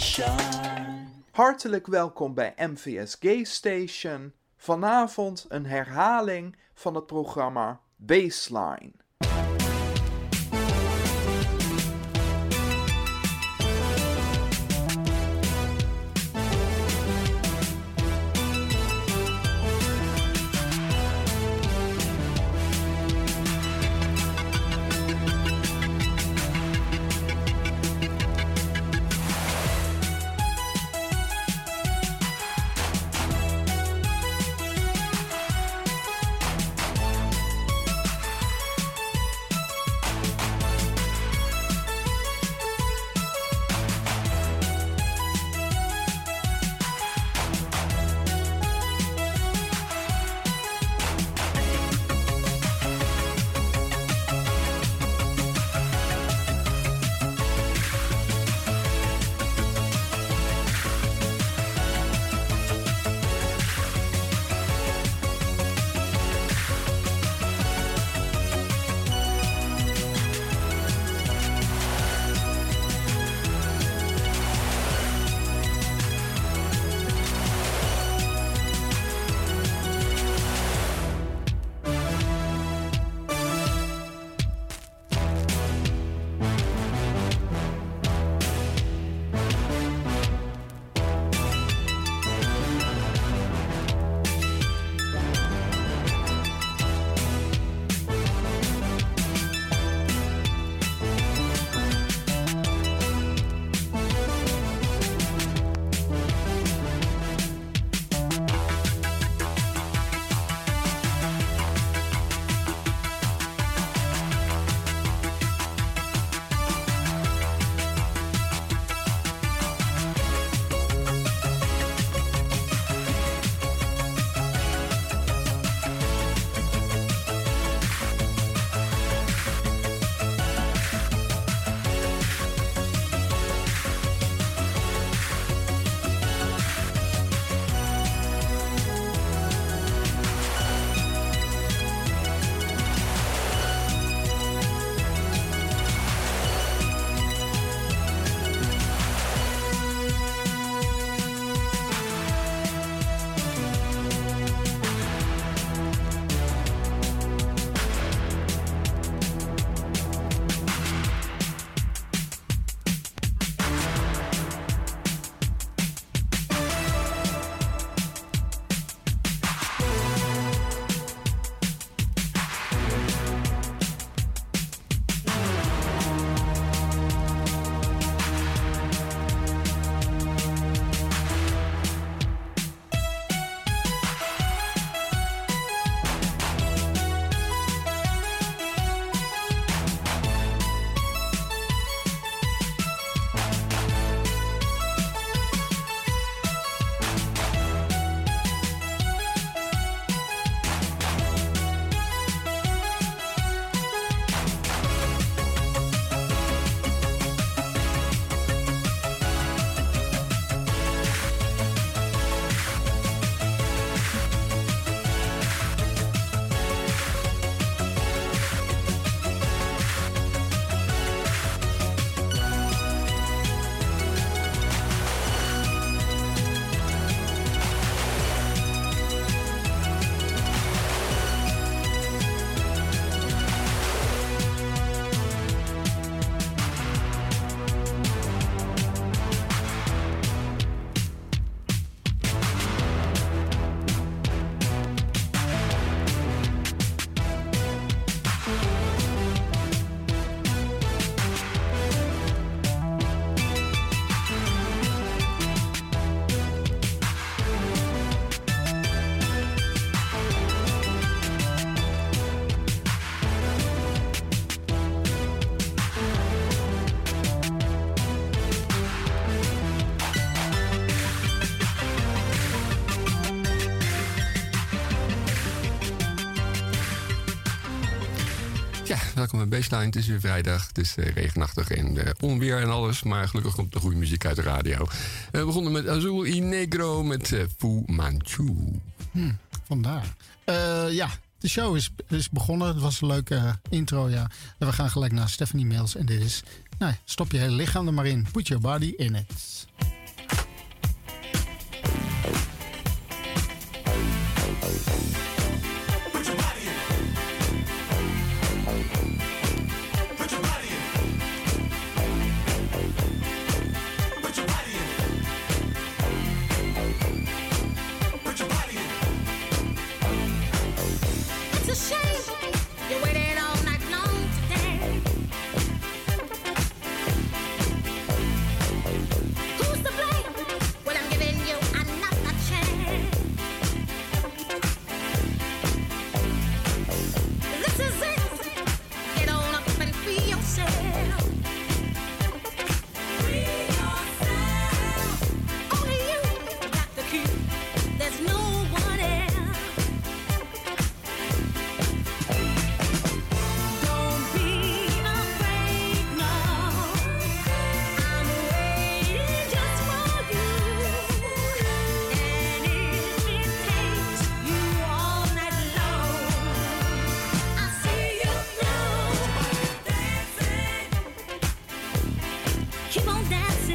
Hartelijk welkom bij MVS Gay Station. Vanavond een herhaling van het programma Baseline. Ja, welkom bij Baseline. Het is weer vrijdag. Het is regenachtig en onweer en alles. Maar gelukkig komt er goede muziek uit de radio. We begonnen met Azul y Negro met Fu Manchu. Vandaar. Ja, de show is begonnen. Het was een leuke intro, ja. En we gaan gelijk naar Stephanie Mills. En dit is, stop je hele lichaam er maar in. Put your body in it.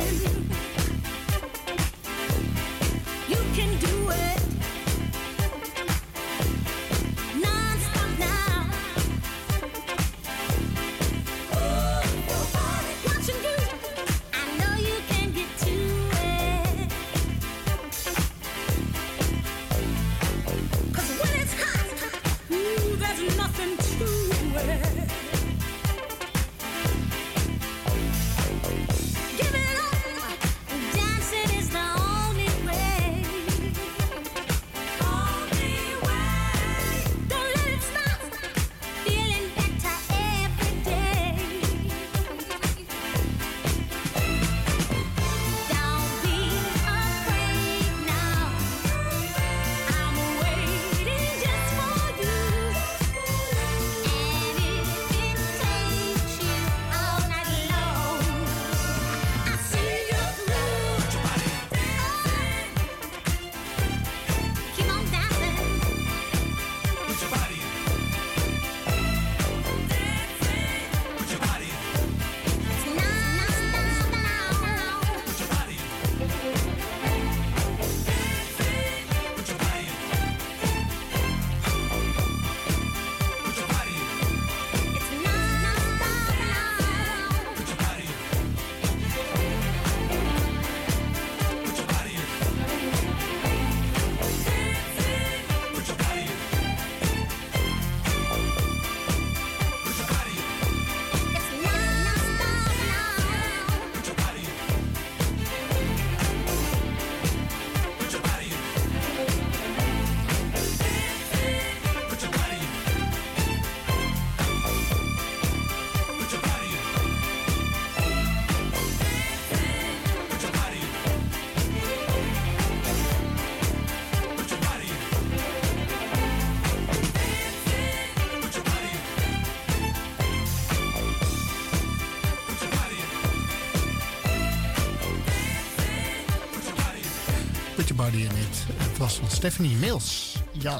Body in It. Het was van Stephanie Mills. Ja.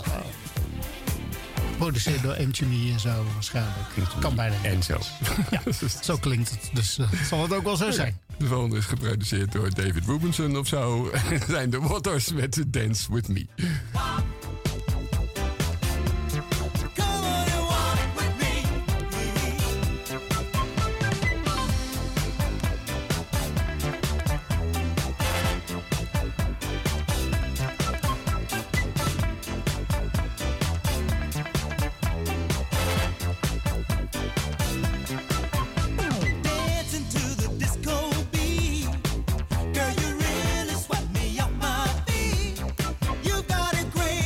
Geproduceerd door MTV en zo waarschijnlijk. Kan bijna niet. En zo. Ja, zo klinkt het. Dus zal het ook wel zo zijn. De volgende is geproduceerd door David Rubenson of zo. Zijn de Waters met Dance With Me. Girl, you really swept me off my feet. You got a great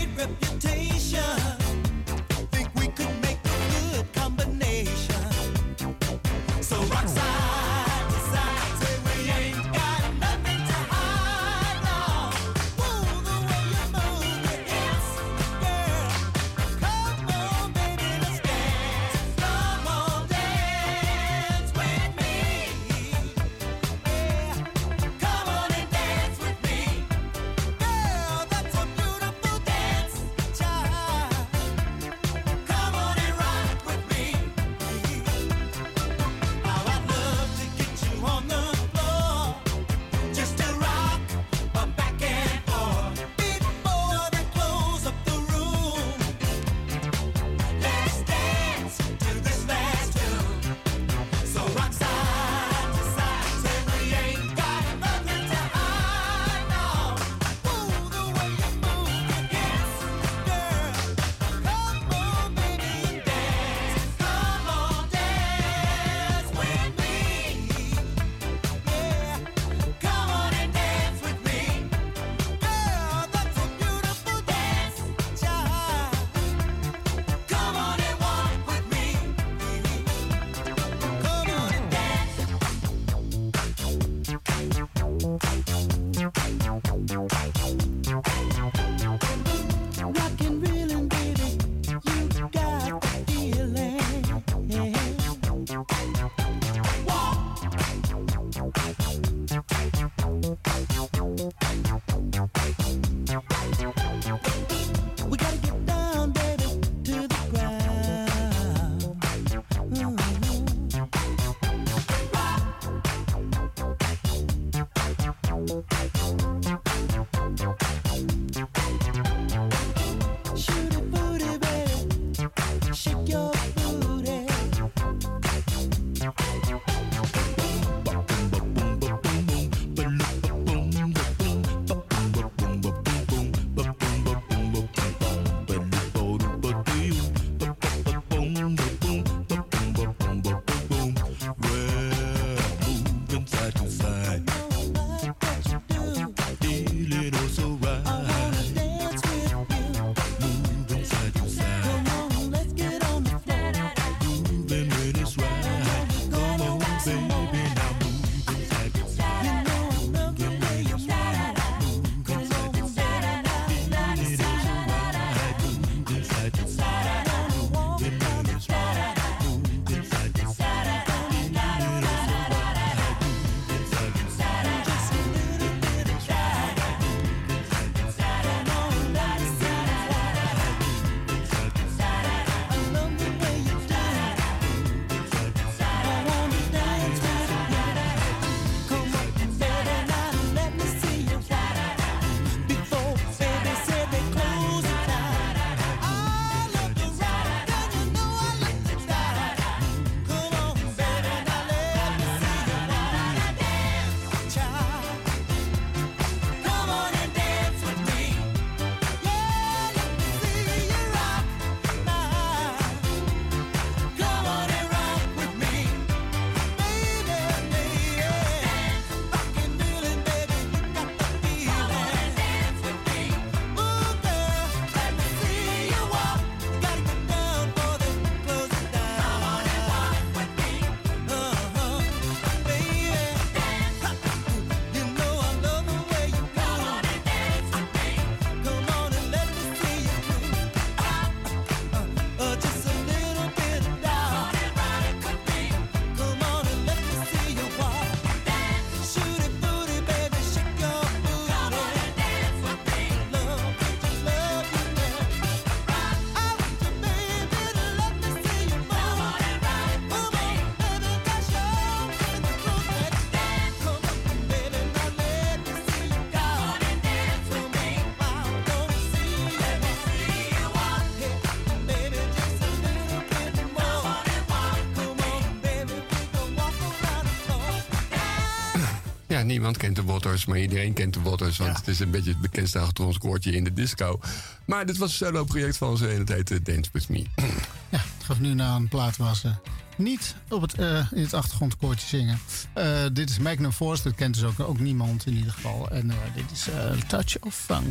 Ja, niemand kent de Waters, maar iedereen kent de Waters. Want het is een beetje het bekendste achtergrondkoortje in de disco. Maar dit was een solo-project van ze en het heette Dance With Me. Ja, het gaf nu naar een plaat waar ze niet op in het achtergrondkoortje zingen. Dit is Magnum Force, dat kent dus ook niemand in ieder geval. En dit is Touch of Funk.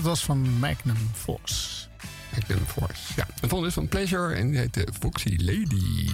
dat was van Magnum Force. Magnum Force, ja. De volgende is van Pleasure en die heet Foxy Lady.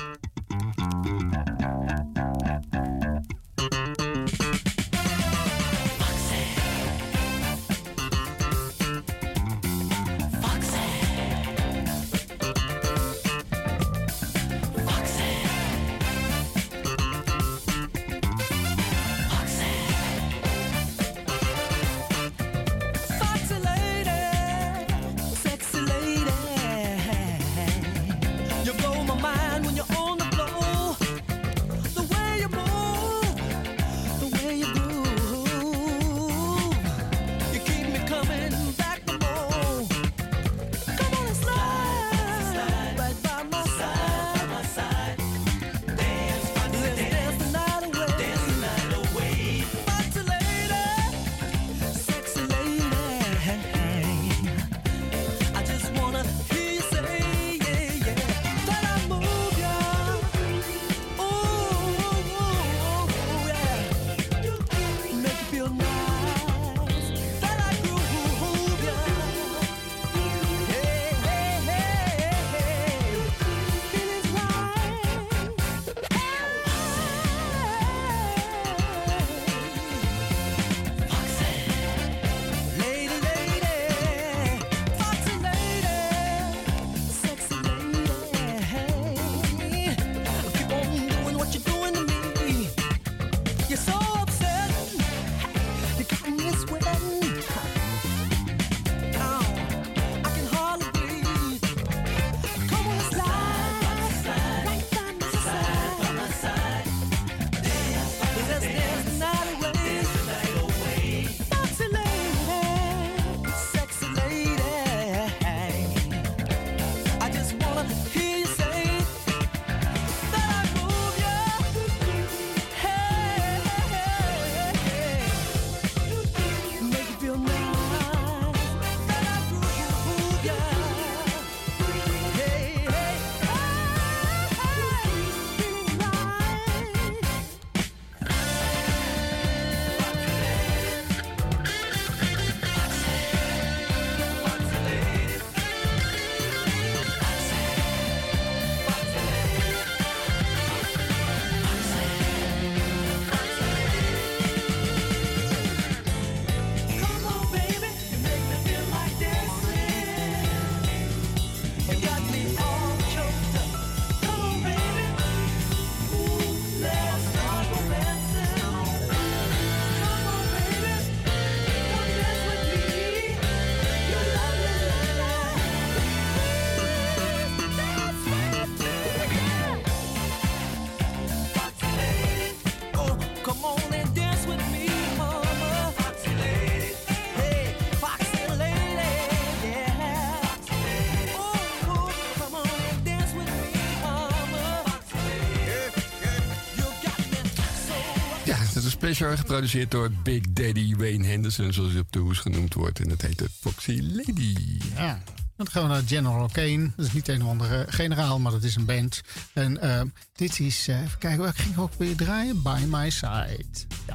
Pleasure, geproduceerd door Big Daddy Wayne Henderson, zoals hij op de hoes genoemd wordt. En dat heet de Foxy Lady. Ja, dan gaan we naar General Kane. Dat is niet een of andere generaal, maar dat is een band. En dit is, even kijken, waar ging ik ook weer draaien? By My Side. Ja.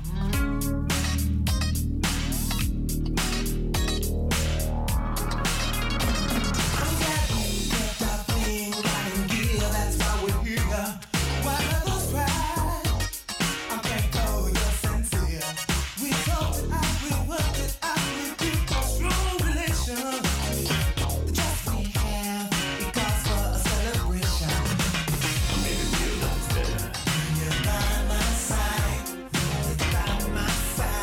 By my side.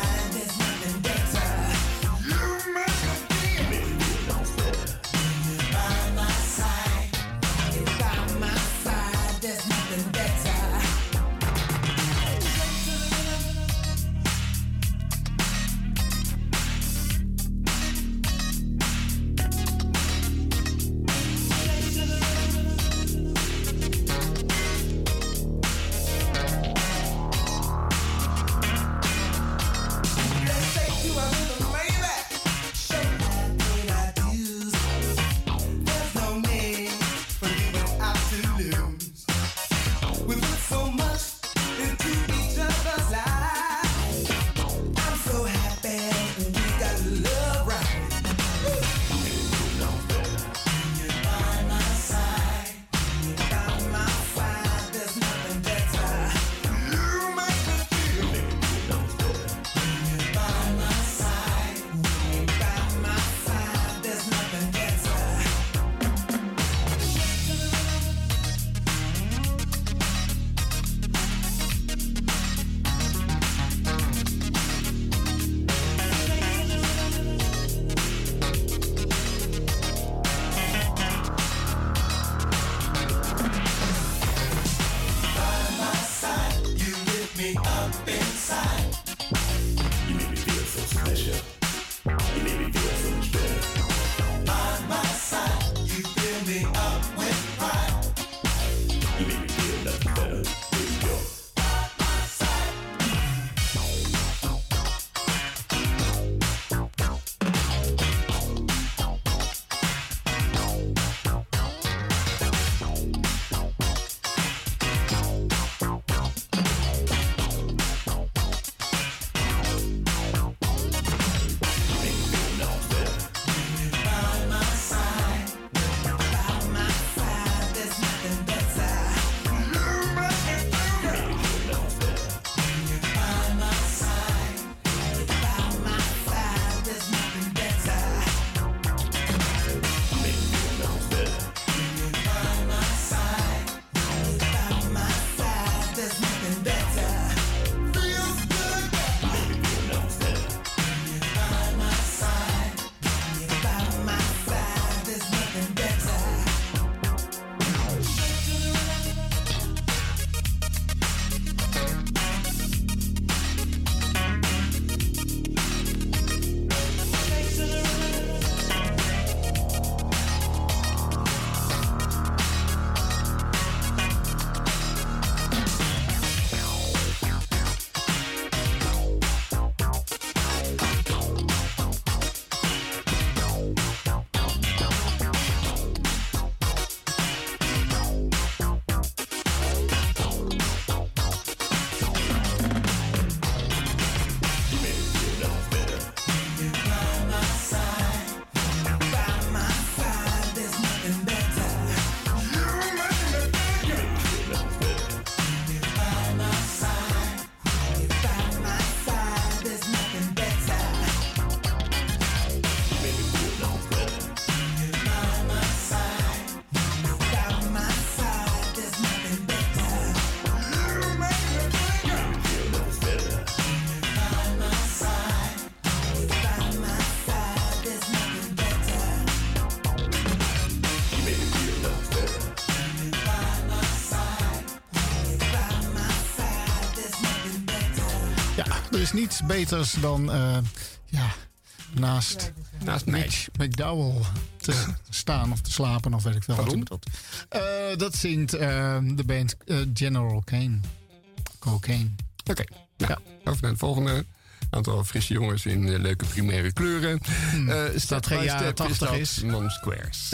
is niets beters dan naast Mitch McDowell te staan of te slapen of weet ik veel wat hij bedoelt. Dat zingt de band General Kane. Cocaine. Oké. Nou, over naar het volgende. Aantal frisse jongens in leuke primaire kleuren. Dat geen jaren 80 is. Mom Squares.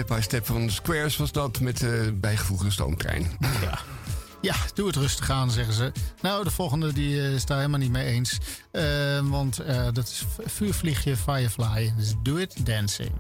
Step by Step van de Squares was dat met bijgevoegde stoomtrein. Ja, doe het rustig aan, zeggen ze. Nou, de volgende die is daar helemaal niet mee eens. Want dat is Vuurvliegje Firefly. Dus Do It Dancing.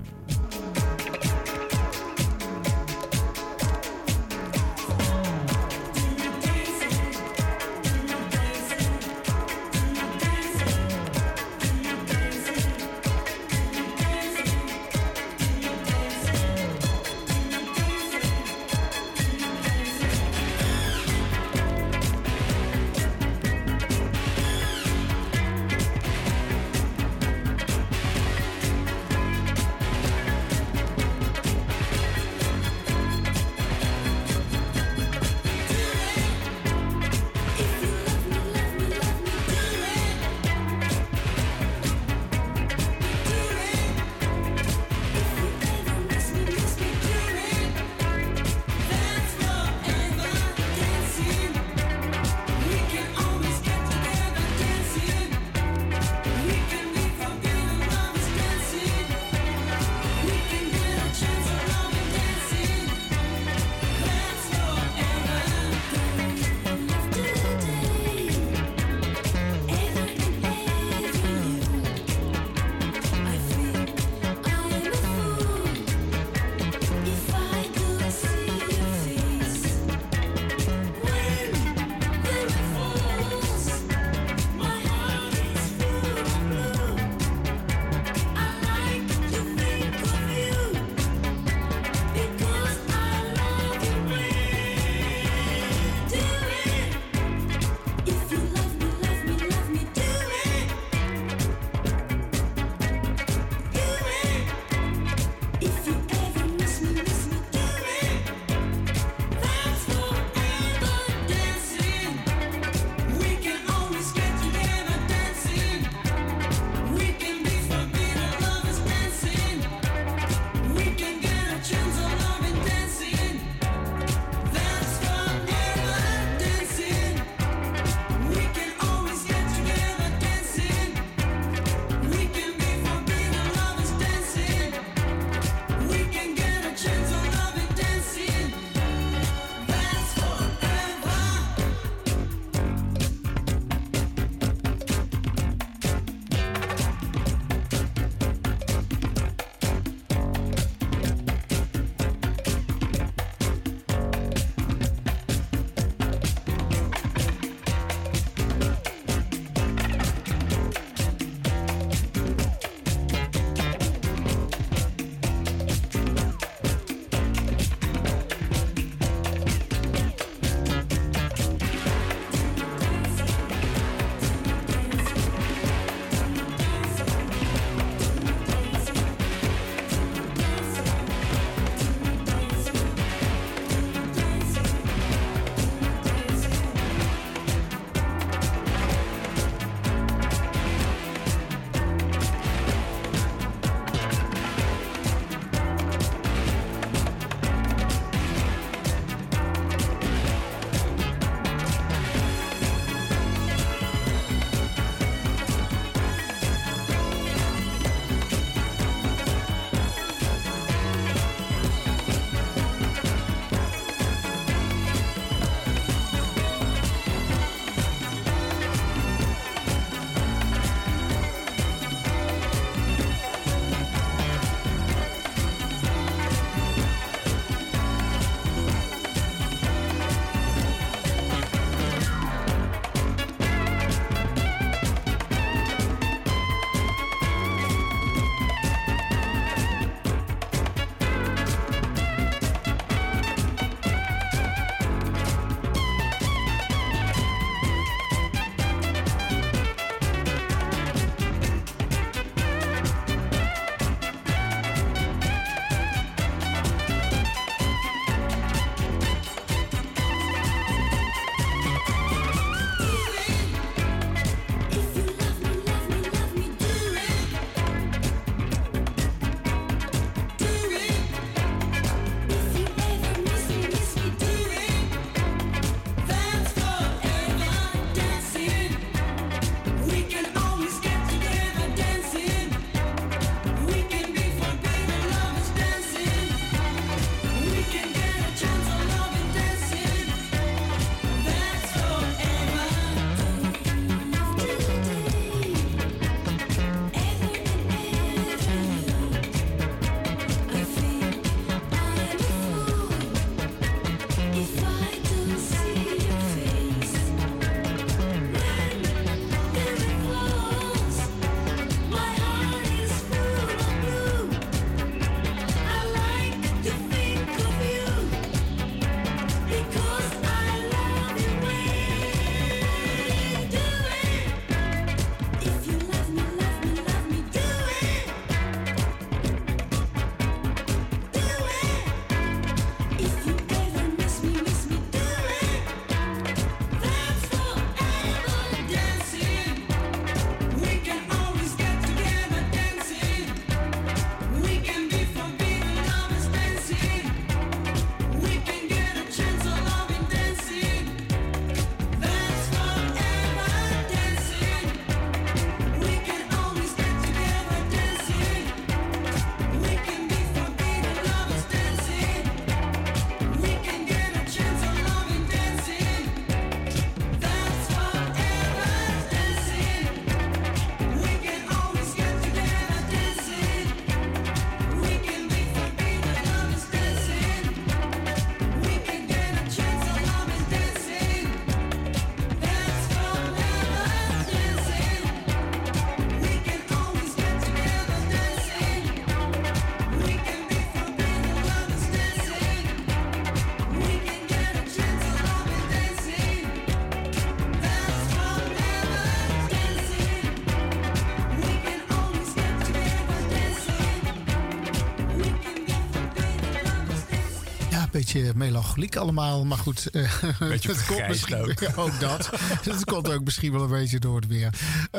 beetje melancholiek allemaal. Maar goed, beetje het komt misschien ook dat. Het komt ook misschien wel een beetje door het weer.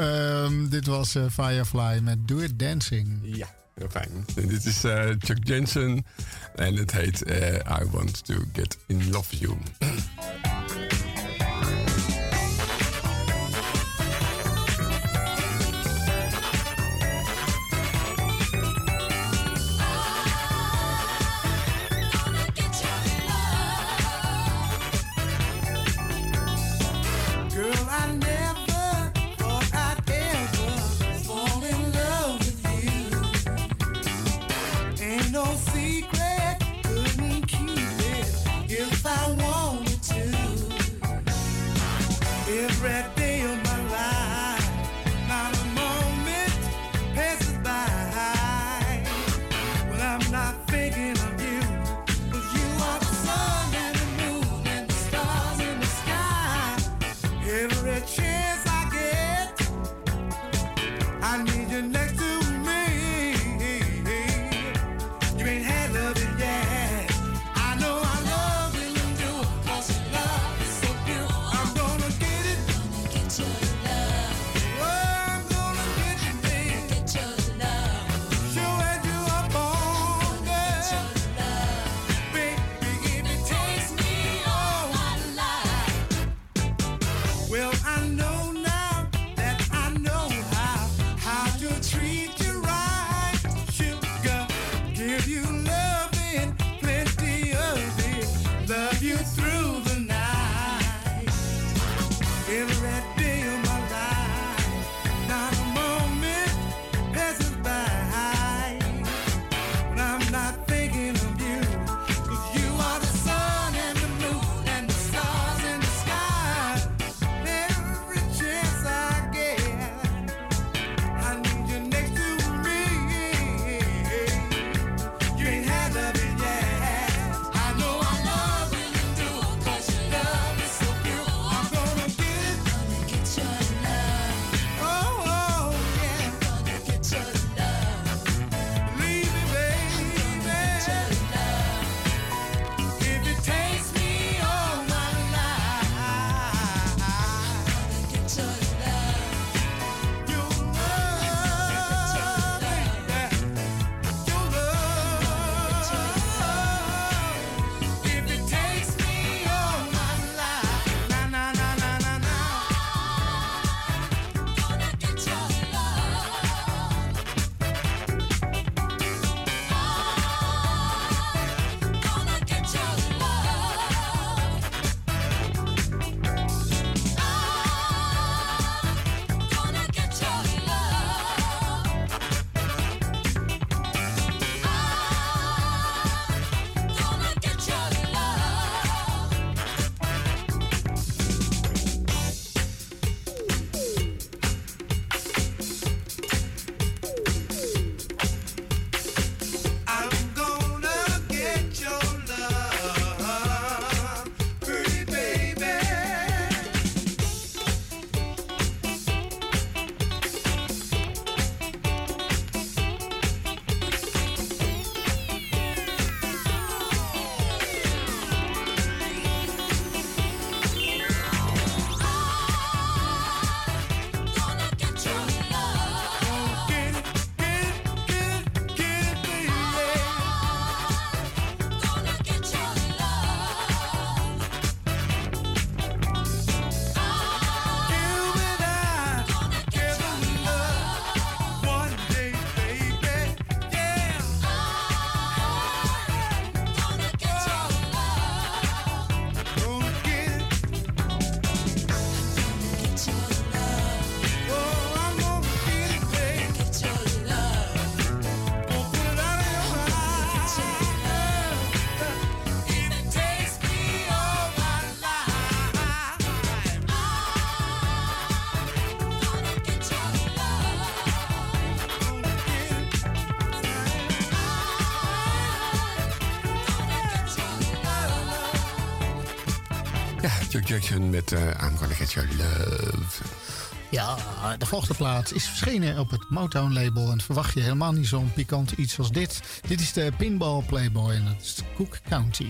Dit was Firefly met Do It Dancing. Ja, heel fijn. Dit is Chuck Jensen en het heet I Want To Get In Love With You. Chuck Jackson met I'm Gonna Get Your Love. Ja, de volgende plaat is verschenen op het Motown-label en verwacht je helemaal niet zo'n pikant iets als dit. Dit is de Pinball Playboy en dat is Cook County.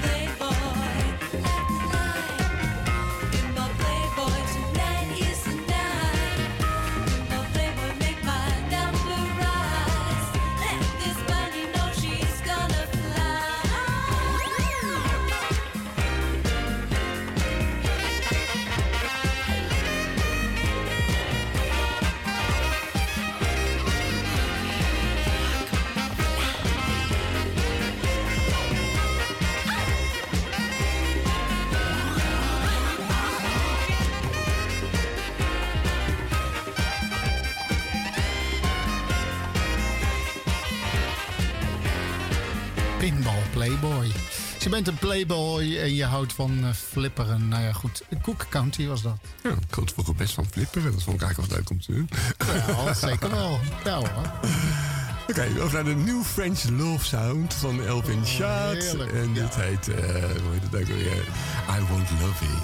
Is the Pinball Playboy. Als je bent een playboy en je houdt van flipperen. Nou ja, goed. Cook County was dat. Ja, ik hield vroeger best van flipperen. Dat vond ik eigenlijk wel leuk om te doen. Ja, zeker wel. Ja hoor. Oké, over naar de New French Love Sound van Elvin Shad. En dit heet, hoe heet het ook alweer? I Want Loving.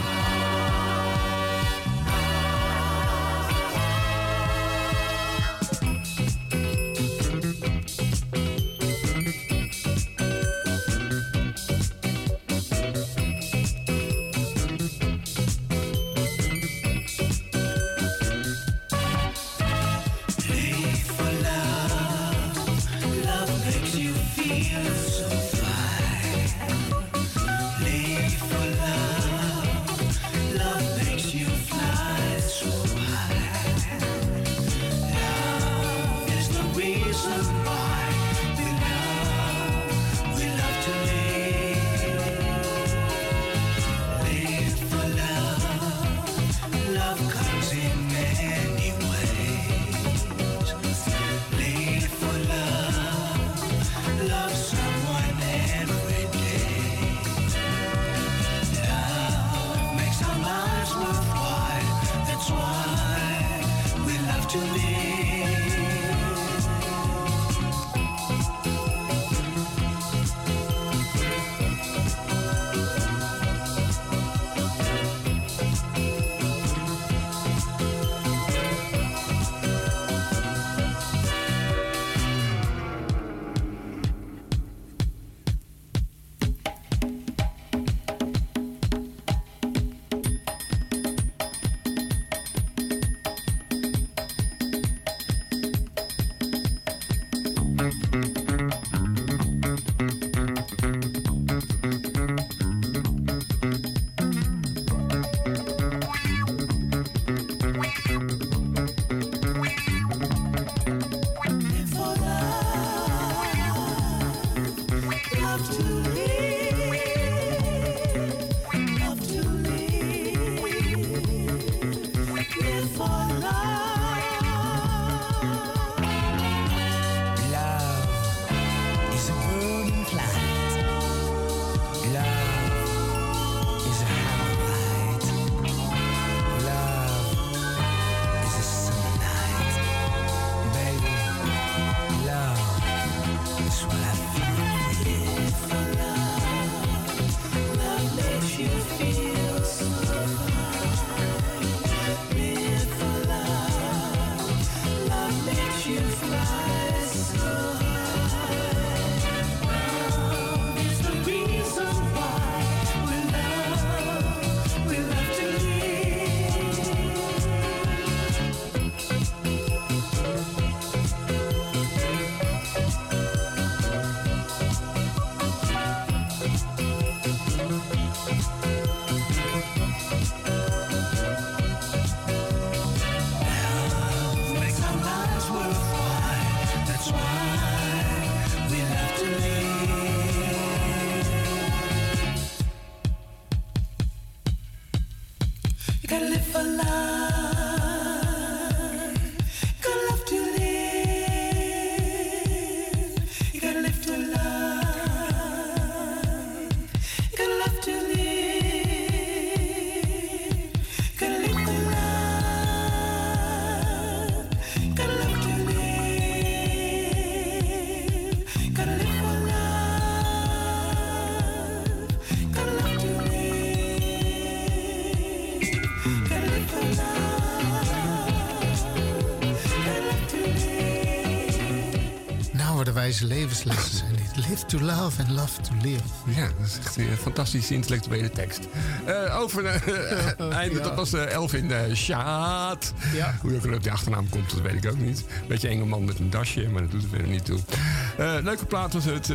wijze levenslessen zijn dit. Live to love and love to live. Ja, dat is echt een fantastische intellectuele tekst. Over einde, dat was Elvin Shad. Ja. Hoe ook op die achternaam komt, dat weet ik ook niet. Beetje Engelman met een dasje, maar dat doet er verder niet toe. Leuke plaat was het.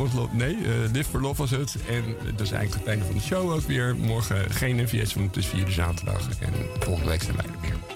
Live for Love was het. En dat is eigenlijk het einde van de show ook weer. Morgen geen NVS, want het is 4 zaterdag. En volgende week zijn wij er weer.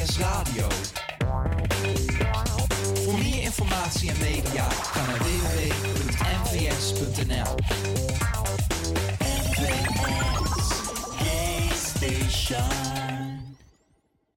MVS Radio. Voor meer informatie en media ga naar www.mvs.nl. MVS Gay Station.